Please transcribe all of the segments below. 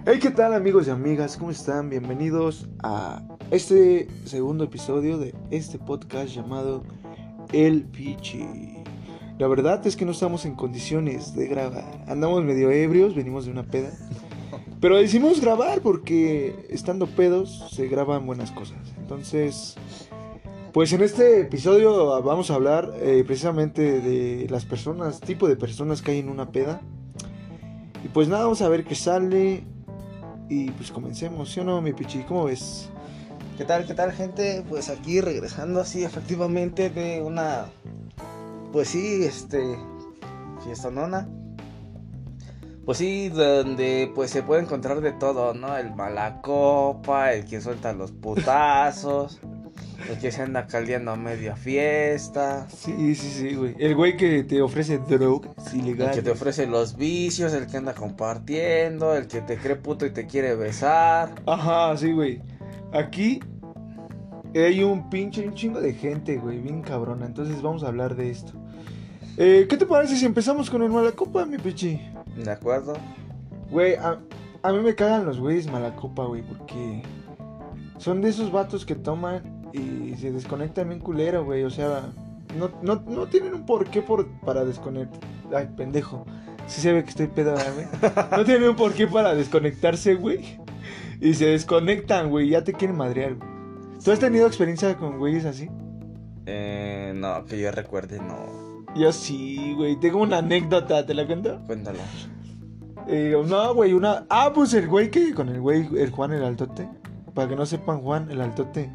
Hey, ¿qué tal amigos y amigas? ¿Cómo están? Bienvenidos a este segundo episodio de este podcast llamado El Pichi. La verdad es que no estamos en condiciones de grabar. Andamos medio ebrios, venimos de una peda. Pero decidimos grabar porque estando pedos se graban buenas cosas. Entonces, pues en este episodio vamos a hablar precisamente de las personas, tipo de personas que hay en una peda. Y pues nada, vamos a ver qué sale. Y pues comencemos, ¿sí o no, mi Pichi? ¿Cómo ves? ¿Qué tal, gente? Pues aquí regresando así efectivamente de una, pues sí, fiestonona. Pues sí, donde pues se puede encontrar de todo, ¿no? El mala copa, el que suelta los putazos, el que se anda caldeando a media fiesta. Sí, güey. El güey que te ofrece drogas ilegales. El que te ofrece los vicios, el que anda compartiendo, el que te cree puto y te quiere besar. Ajá, sí, güey. Aquí hay un chingo de gente, güey, bien cabrona. Entonces vamos a hablar de esto. ¿Qué te parece si empezamos con el mala copa, mi Pichi? ¿De acuerdo? Güey, a mí me cagan los güeyes mala copa, güey, porque son de esos vatos que toman y se desconectan bien culero, güey. O sea, no tienen un porqué para desconectar. Ay, pendejo. Sí se ve que estoy pedo, güey. No tienen un porqué para desconectarse, güey. Y se desconectan, güey. Ya te quieren madrear, güey. ¿Tú has tenido experiencia con güeyes así? No, que yo recuerde, no. Yo sí, güey. Tengo una anécdota, ¿te la cuento? Cuéntalo. No, güey, pues el güey que con el güey, el Juan el Altote. Para que no sepan, Juan el Altote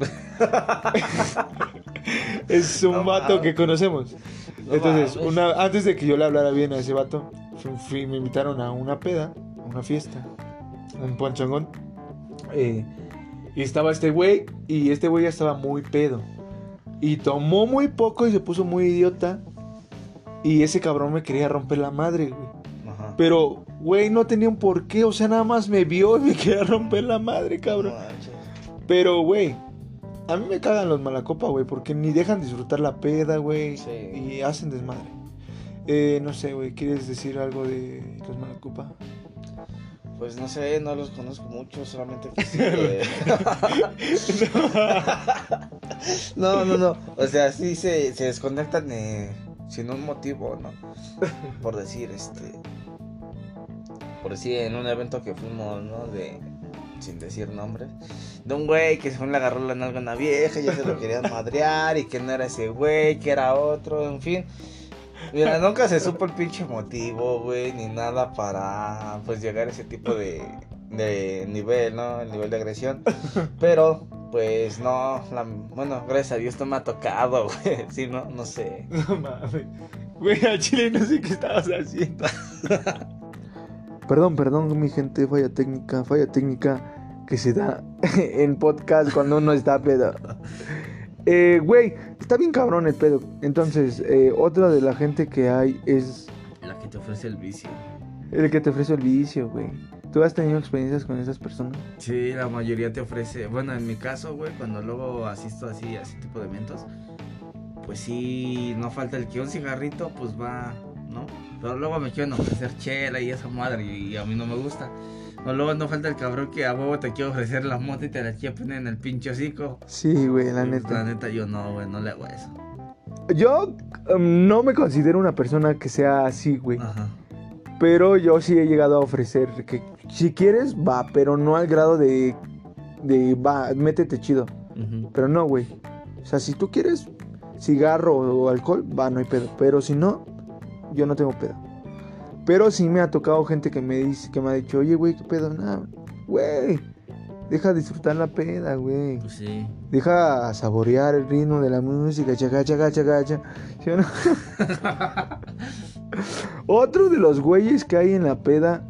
es un vato que conocemos. Entonces, antes de que yo le hablara bien a ese vato, me invitaron a una peda, a una fiesta, un ponchangón. Y estaba este güey, y este güey ya estaba muy pedo. Y tomó muy poco y se puso muy idiota. Y ese cabrón me quería romper la madre, güey. Ajá. Pero, güey, no tenía un porqué. O sea, nada más me vio y me quería romper la madre, cabrón. Pero, güey, a mí me cagan los malacopa, güey, porque ni dejan disfrutar la peda, güey. Sí. Y hacen desmadre. No sé, güey, ¿quieres decir algo de los malacopa? Pues no sé, no los conozco mucho, solamente que sí. No. O sea, sí se desconectan sin un motivo, ¿no? Por decir, en un evento que fuimos, ¿no? Sin decir nombres, de un güey que según le agarró la nalga a una vieja y ya se lo querían madrear y que no era ese güey, que era otro, en fin. Mira, nunca se supo el pinche motivo, güey, ni nada para, pues, llegar a ese tipo de nivel, ¿no? El nivel de agresión. Pero, pues, no, bueno, gracias a Dios no me ha tocado, güey. Sí, no sé. No mames. Güey, al chile no sé qué estabas haciendo. Perdón, mi gente, falla técnica que se da en podcast cuando uno está pedo. Güey, está bien cabrón el pedo. Entonces, otra de la gente que hay es La que te ofrece el vicio. el que te ofrece el vicio, güey. ¿Tú has tenido experiencias con esas personas? Sí, la mayoría te ofrece. Bueno, en mi caso, güey, cuando luego asisto así a ese tipo de eventos, pues sí, no falta el que un cigarrito, pues va, ¿no? Pero luego me quieren ofrecer chela y esa madre, y a mí no me gusta. O luego no falta el cabrón que a huevo te quiere ofrecer la moto y te la quiere poner en el pinche hocico. Sí, güey, la Y, neta. La neta, yo no, güey, no le hago eso. Yo no me considero una persona que sea así, güey. Ajá. Pero yo sí he llegado a ofrecer que si quieres, va, pero no al grado de va, métete chido. Uh-huh. Pero no, güey. O sea, si tú quieres cigarro o alcohol, va, no hay pedo. Pero si no, yo no tengo pedo. Pero sí me ha tocado gente que me ha dicho, oye, güey, ¿qué pedo? Nah, güey, deja disfrutar la peda, güey. Pues sí. Deja saborear el ritmo de la música, chaca. ¿Sí o no? Otro de los güeyes que hay en la peda,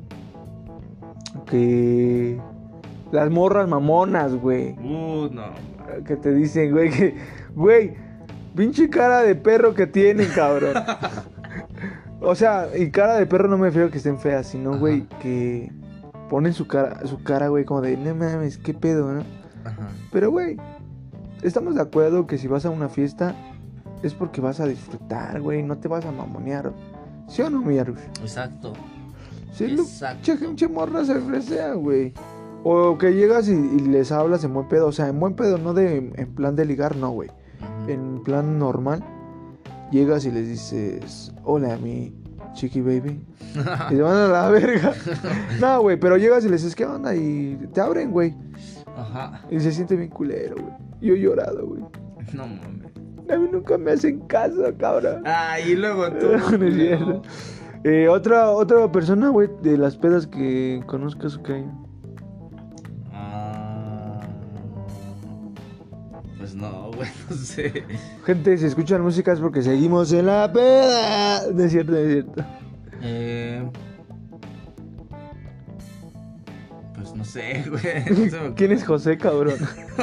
que las morras mamonas, güey. No. Que te dicen, güey, pinche cara de perro que tienen, cabrón. O sea, y cara de perro no me refiero a que estén feas, sino, güey, que ponen su cara, güey, como de, no mames, qué pedo, ¿no? Ajá. Pero, güey, estamos de acuerdo que si vas a una fiesta es porque vas a disfrutar, güey, no te vas a mamonear. ¿Sí o no, mi Arush? Exacto. Sí, Exacto. che morra se fresea, güey. O que llegas y les hablas en buen pedo. O sea, en buen pedo, no en plan de ligar, no, güey. Ujú. En plan normal. Llegas y les dices, hola, mi chiqui baby. Y se van a la verga. No, güey, pero llegas y les dices, ¿qué onda? Y te abren, güey. Ajá. Y se siente bien culero, güey. Yo he llorado, güey. No mames. A mí nunca me hacen caso, cabrón. Ah, y luego tú. No es cierto. Otra persona, güey, de las pedas que conozcas o que haya. Pues no, güey, no sé. Gente, si escuchan música es porque seguimos en la peda. No es cierto, no es cierto. Pues no sé, güey. No se me ocurre. ¿Quién es José, cabrón?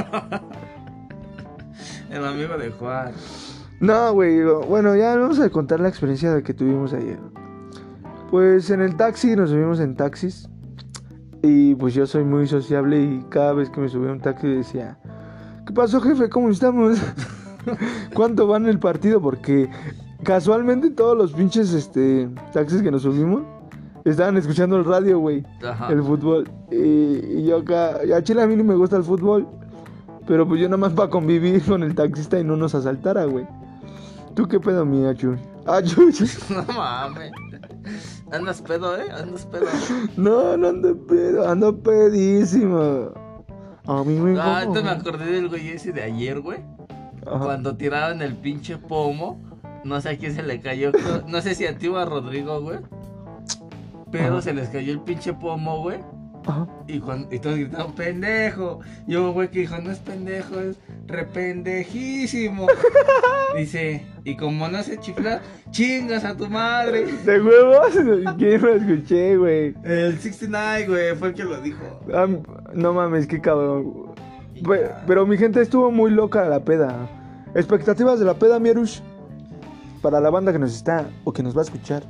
El amigo de Juan. No, güey, bueno, ya vamos a contar la experiencia que tuvimos ayer. Pues en el taxi, nos subimos en taxis. Y pues yo soy muy sociable y cada vez que me subía a un taxi decía, ¿qué pasó, jefe? ¿Cómo estamos? ¿Cuánto van el partido? Porque casualmente todos los pinches taxis que nos subimos estaban escuchando el radio, güey. Ajá. El fútbol. Y yo acá, a Chile a mí no me gusta el fútbol. Pero pues yo nada más para convivir con el taxista y no nos asaltara, güey. ¿Tú qué pedo, mi Achuy? Achuy. No mames. Andas pedo, andas pedo. No ando pedo, ando pedísimo. A mí me Ahorita me acordé del güey ese de ayer, güey. Ajá. Cuando tiraron el pinche pomo. No sé a quién se le cayó. No sé si a ti o a Rodrigo, güey. Pero Ajá. se les cayó el pinche pomo, güey. Ajá. Y todos gritaron, pendejo. Y un güey que dijo, no es pendejo, es rependejísimo. Dice, y como no sé chiflar, chingas a tu madre. ¿De huevos? ¿Quién lo escuché, güey? El 69, güey, fue el que lo dijo. No mames, qué cabrón. Pero mi gente estuvo muy loca la peda. Expectativas de la peda, Mierush. Para la banda que nos está o que nos va a escuchar.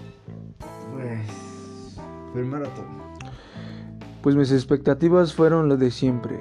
Pues, primero tú. Pues mis expectativas fueron lo de siempre.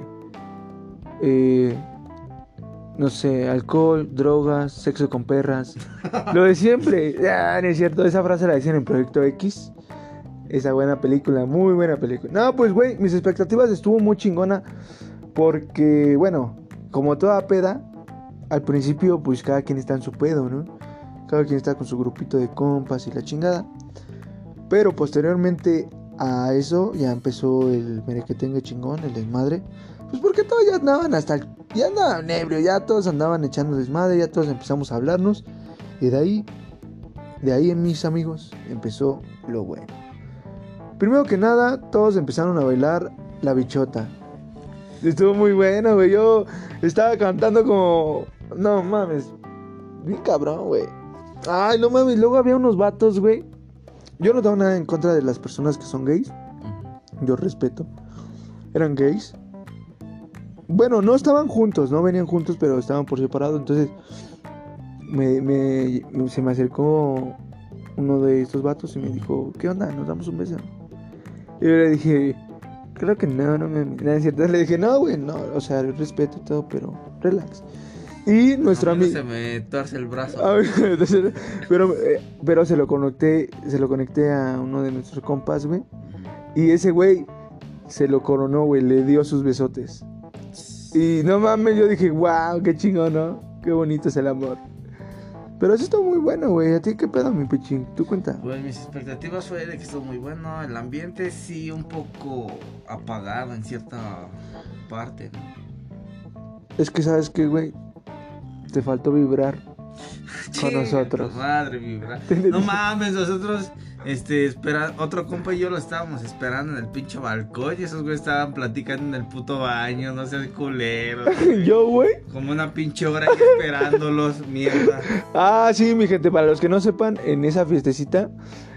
No sé, alcohol, drogas, sexo con perras. Lo de siempre. Ah, no es cierto, esa frase la decían en Proyecto X. Esa buena película, muy buena película. No, pues güey, mis expectativas estuvo muy chingona. Porque, bueno, como toda peda, al principio pues cada quien está en su pedo, ¿no? Cada quien está con su grupito de compas y la chingada. Pero posteriormente a eso ya empezó el merequetengue chingón, el desmadre. Pues porque todos ya andaban ya andaban ebrio, ya todos andaban echando desmadre, ya todos empezamos a hablarnos. Y de ahí en mis amigos empezó lo bueno. Primero que nada, todos empezaron a bailar la bichota. Estuvo muy bueno, güey. Yo estaba cantando como... No mames. Bien cabrón, güey. Ay, no mames. Luego había unos vatos, güey. Yo no tengo nada en contra de las personas que son gays. Yo respeto. Eran gays. Bueno, no estaban juntos, no venían juntos, pero estaban por separado. Entonces se me acercó uno de estos vatos y me dijo, ¿qué onda? ¿Nos damos un beso? Y yo le dije, creo que no es cierto. Le dije, no, güey, no. O sea, respeto y todo, pero relax. Y nuestro amigo... Se me torce el brazo. Pero se lo conecté a uno de nuestros compas, güey. Y ese güey se lo coronó, güey. Le dio sus besotes. Y no mames, yo dije, wow, qué chingón, ¿no? Qué bonito es el amor. Pero eso estuvo muy bueno, güey. ¿A ti qué pedo, mi pichín? ¿Tú cuenta? Pues mis expectativas fue de que estuvo muy bueno. El ambiente sí un poco apagado en cierta parte, ¿no? Es que, ¿sabes qué, güey? Te faltó vibrar con nosotros. Madre vibrar. No mames, nosotros, otro compa y yo lo estábamos esperando en el pinche balcón y esos güeyes estaban platicando en el puto baño, no sean culeros. ¿Yo, güey? Como una pinche hora ahí esperándolos, mierda. Ah, sí, mi gente, para los que no sepan, en esa fiestecita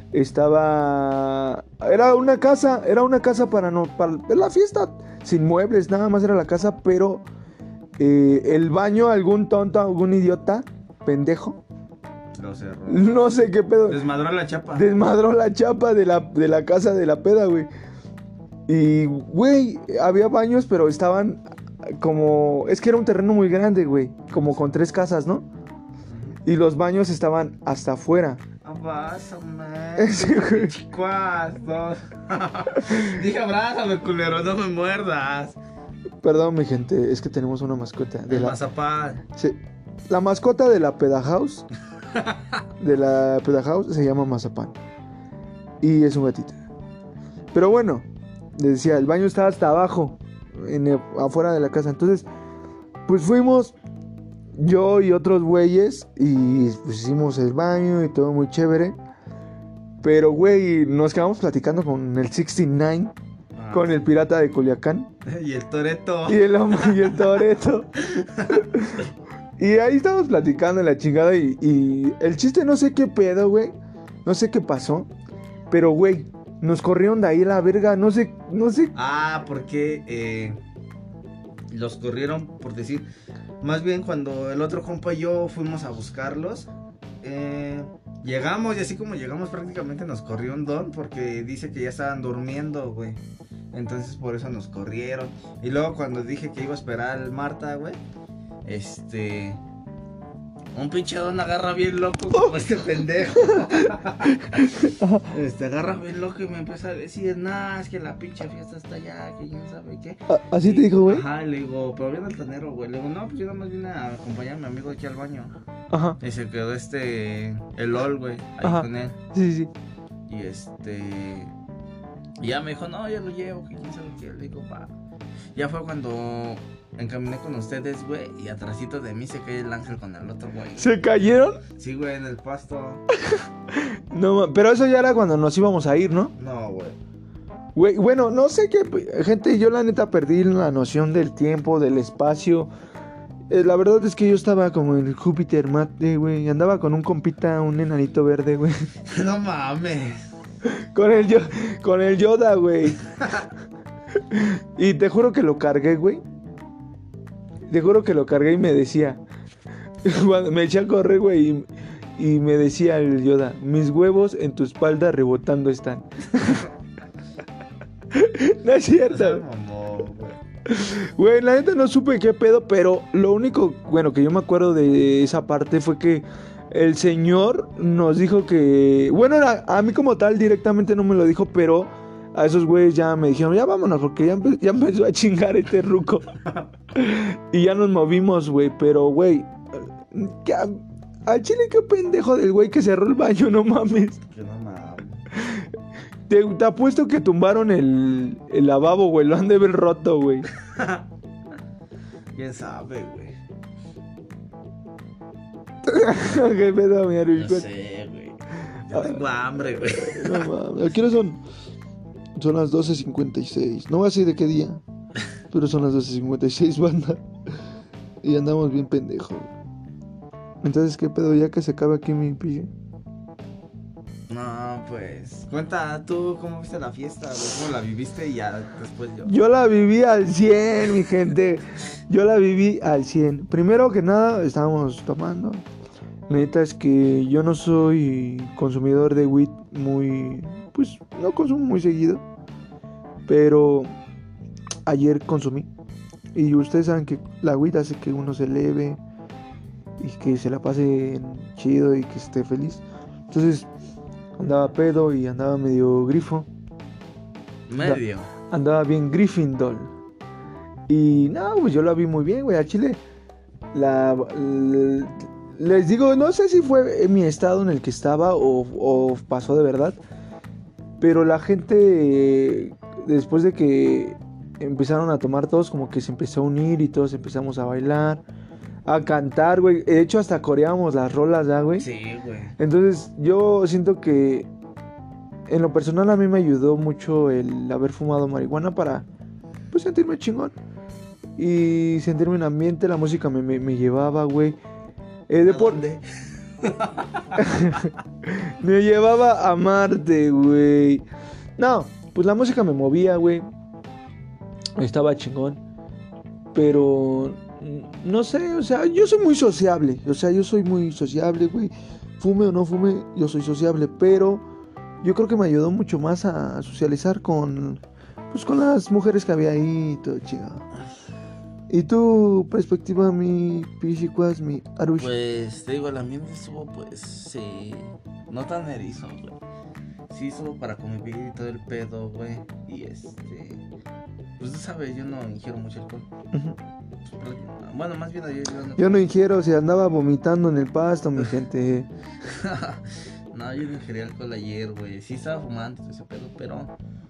era una casa para la fiesta, sin muebles, nada más era la casa, pero el baño, algún tonto, algún idiota, pendejo, Lo cerró. no sé qué pedo, Desmadró la chapa. desmadró la chapa de la casa de la peda, güey. Y, güey, había baños, pero estaban como... Es que era un terreno muy grande, güey, como con 3 casas, ¿no? Y los baños estaban hasta afuera. Abrázame. Sí, güey. Chicuazo. Dije, abrázame, culero, no me muerdas. Perdón, mi gente, es que tenemos una mascota. El mazapán. Sí, la mascota de la Peda House. De la Peda House se llama Mazapán. Y es un gatito. Pero bueno, les decía, el baño estaba hasta abajo, afuera de la casa. Entonces, pues fuimos yo y otros güeyes y pues hicimos el baño y todo muy chévere. Pero, güey, nos quedamos platicando con el 69, con el pirata de Culiacán. Y el Toretto. Y el Toretto. Y ahí estábamos platicando en la chingada y el chiste no sé qué pedo, güey. No sé qué pasó. Pero, güey, nos corrieron de ahí a la verga. No sé. Ah, porque los corrieron por decir. Más bien cuando el otro compa y yo fuimos a buscarlos. Llegamos y así como llegamos prácticamente nos corrió un don. Porque dice que ya estaban durmiendo, güey. Entonces por eso nos corrieron. Y luego cuando dije que iba a esperar al Marta, güey. Un pinche don agarra bien loco como este pendejo. Agarra bien loco y me empieza a decir, nah, es que la pinche fiesta está allá, que quién sabe qué. ¿Así te dijo, güey? Ajá, le digo, pero viene altanero, güey. Le digo, no, pues yo nada más vine a acompañar a mi amigo aquí al baño. Ajá. Y se quedó el LOL, güey, ahí Ajá. con él. Sí. Y ya me dijo, no, yo lo llevo, que quién sabe qué. Le digo, pa. Ya fue cuando encaminé con ustedes, güey, y atrásito de mí se cae el ángel con el otro, güey. ¿Se cayeron? Sí, güey, en el pasto. No, pero eso ya era cuando nos íbamos a ir, ¿no? No, güey. Güey, bueno, no sé qué, gente, yo la neta perdí la noción del tiempo, del espacio. La verdad es que yo estaba como en Júpiter Marte, güey. Andaba con un compita, un enanito verde, güey. No mames. Con el Yoda, güey. Y te juro que lo cargué, güey. Te juro que lo cargué y me decía. Cuando me eché a correr, güey, y me decía el Yoda, mis huevos en tu espalda rebotando están. No es cierto. Güey, la neta no supe qué pedo, pero lo único, bueno, que yo me acuerdo de esa parte fue que el señor nos dijo que... Bueno, a mí como tal directamente no me lo dijo, pero a esos güeyes ya me dijeron, ya vámonos, porque ya empezó a chingar este ruco. Y ya nos movimos, güey, pero, güey, al chile qué pendejo del güey que cerró el baño, no mames. Que no mames. Te apuesto que tumbaron el lavabo, güey, lo han de haber roto, güey. ¿Quién sabe, güey? ¿Qué pedo, mi Ari? No sé, güey. Ya tengo hambre, güey. No mames. ¿A qué hora son? Son las 12:56. No voy a decir de qué día, pero son las 12:56, banda. Y andamos bien pendejos. Entonces, ¿qué pedo? Ya que se acaba aquí mi pille. No, pues. Cuenta tú cómo viste la fiesta, güey. ¿Cómo la viviste? Y ya después yo. Yo la viví al 100, mi gente. Yo la viví al 100. Primero que nada, estábamos tomando. La neta es que yo no soy consumidor de weed muy... Pues no consumo muy seguido. Pero ayer consumí. Y ustedes saben que la weed hace que uno se eleve y que se la pase chido y que esté feliz. Entonces andaba pedo y andaba medio grifo. Medio. Andaba bien Gryffindor. Y no, pues yo la vi muy bien, güey. Al chile les digo, no sé si fue en mi estado en el que estaba o pasó de verdad. Pero la gente, después de que empezaron a tomar todos, como que se empezó a unir y todos empezamos a bailar, a cantar, güey. De hecho, hasta coreábamos las rolas, ¿ya, güey? Sí, güey. Entonces, yo siento que en lo personal a mí me ayudó mucho el haber fumado marihuana para, pues, sentirme chingón. Y sentirme en ambiente, la música me llevaba, güey. ¿Dónde? Me llevaba a Marte, güey. No, pues la música me movía, güey. Estaba chingón. Pero no sé, o sea, yo soy muy sociable. O sea, yo soy muy sociable, güey. Fume o no fume, yo soy sociable. Pero yo creo que me ayudó mucho más a socializar con, pues, con las mujeres que había ahí y todo chido. ¿Y tu perspectiva, mi Pichicuas, mi Arush? Pues te digo, el ambiente estuvo, pues, sí, no tan erizo, güey. Sí estuvo para convivir y todo el pedo, güey. Y pues tú sabes, yo no ingiero mucho alcohol. Uh-huh. Bueno, más bien yo no ingiero, se andaba vomitando en el pasto, mi gente. No, yo no ingerí alcohol ayer, güey. Sí estaba fumando ese pedo, pero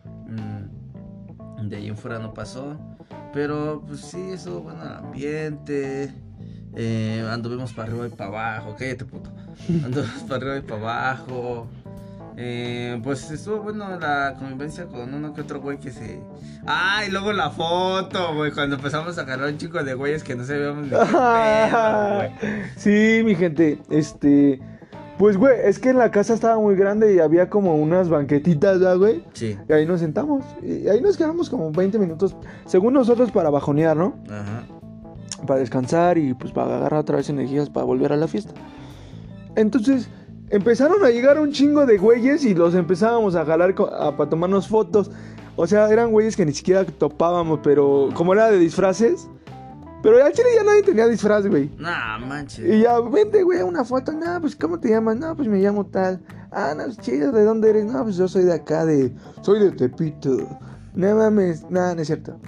de ahí en fuera no pasó. Pero pues sí, estuvo bueno el ambiente. Anduvimos para arriba y para abajo. Cállate, puto. Anduvimos para arriba y para abajo. Pues estuvo bueno la convivencia con uno que otro güey que se... Ah, y luego la foto, güey, cuando empezamos a agarrar un chico de güeyes que no sabíamos ni qué pedo, güey. Sí, mi gente, pues, güey, es que la casa estaba muy grande y había como unas banquetitas, ¿verdad, güey? Sí. Y ahí nos sentamos, y ahí nos quedamos como 20 minutos, según nosotros, para bajonear, ¿no? Ajá. Para descansar y pues para agarrar otra vez energías para volver a la fiesta. Entonces... empezaron a llegar un chingo de güeyes y los empezábamos a jalar para tomarnos fotos. O sea, eran güeyes que ni siquiera topábamos, pero como era de disfraces. Pero al chile ya nadie tenía disfraz, güey. Nah, manches. Y ya, vente, güey, una foto. No, pues, ¿cómo te llamas? No, pues me llamo tal. Ah, no, chido, ¿de dónde eres? No, pues yo soy de acá, soy de Tepito. No mames, nada, no es cierto.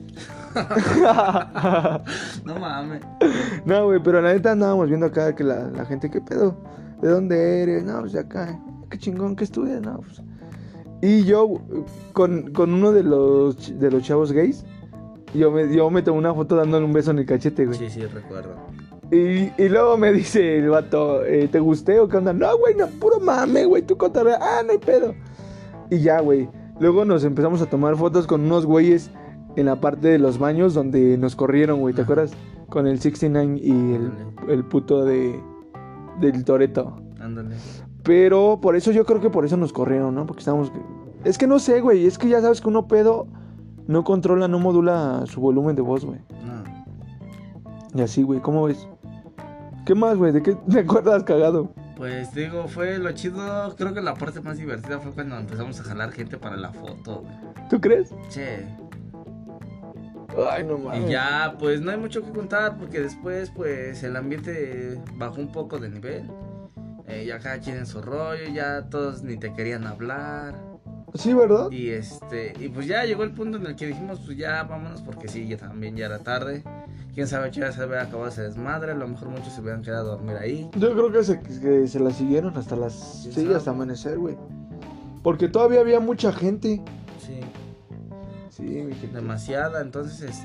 No mames. No, güey, pero la neta andábamos viendo acá que la gente, ¿qué pedo? ¿De dónde eres? No, pues de acá. Qué chingón, ¿qué estudias? No, pues. Y yo, con uno de los chavos gays, yo me tomé una foto dándole un beso en el cachete, güey. Sí, recuerdo. Y luego me dice el vato, ¿te gusté o qué onda? No, güey, no, puro mame, güey, tú cotorrea. Ah, no hay pedo. Y ya, güey. Luego nos empezamos a tomar fotos con unos güeyes en la parte de los baños donde nos corrieron, güey, ¿te acuerdas? Con el 69 y el puto del Toretto. Ándale. Pero por eso yo creo que por eso nos corrieron, ¿no? Porque estábamos... Es que no sé, güey. Es que ya sabes que uno pedo no controla, no modula su volumen de voz, güey. No. Y así, güey. ¿Cómo ves? ¿Qué más, güey? ¿De qué te acuerdas, cagado? Pues digo, fue lo chido. Creo que la parte más divertida fue cuando empezamos a jalar gente para la foto, güey. ¿Tú crees? Che. Ay, no mames. Y ya, pues no hay mucho que contar porque después, pues el ambiente bajó un poco de nivel. Ya cada quien en su rollo, ya todos ni te querían hablar. Sí, ¿verdad? Y y pues ya llegó el punto en el que dijimos, pues ya vámonos porque sí, ya también ya era tarde. Quién sabe, ya se había acabado ese desmadre, a lo mejor muchos se hubieran quedado a dormir ahí. Yo creo que se la siguieron hasta las... Sí, hasta amanecer, güey. Porque todavía había mucha gente. Sí. Sí, mi gente. Demasiada, entonces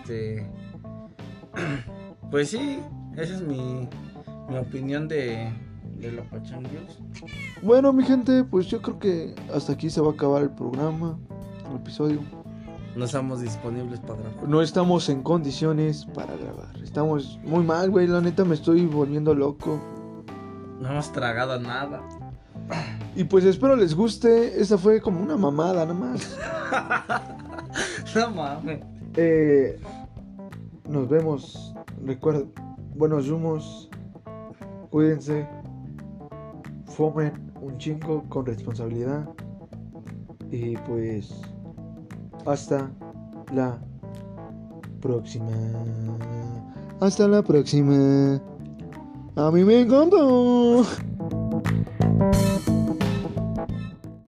pues sí, esa es mi opinión de los pachangueos. Bueno, mi gente, pues yo creo que hasta aquí se va a acabar el programa, el episodio. No estamos disponibles para grabar. No estamos en condiciones para grabar. Estamos muy mal, güey. La neta me estoy volviendo loco. No hemos tragado nada. Y pues espero les guste. Esta fue como una mamada, nada más. No mames. Nos vemos. Recuerden, buenos humos. Cuídense. Fumen un chingo con responsabilidad. Y pues hasta la próxima. Hasta la próxima. A mí me encantó.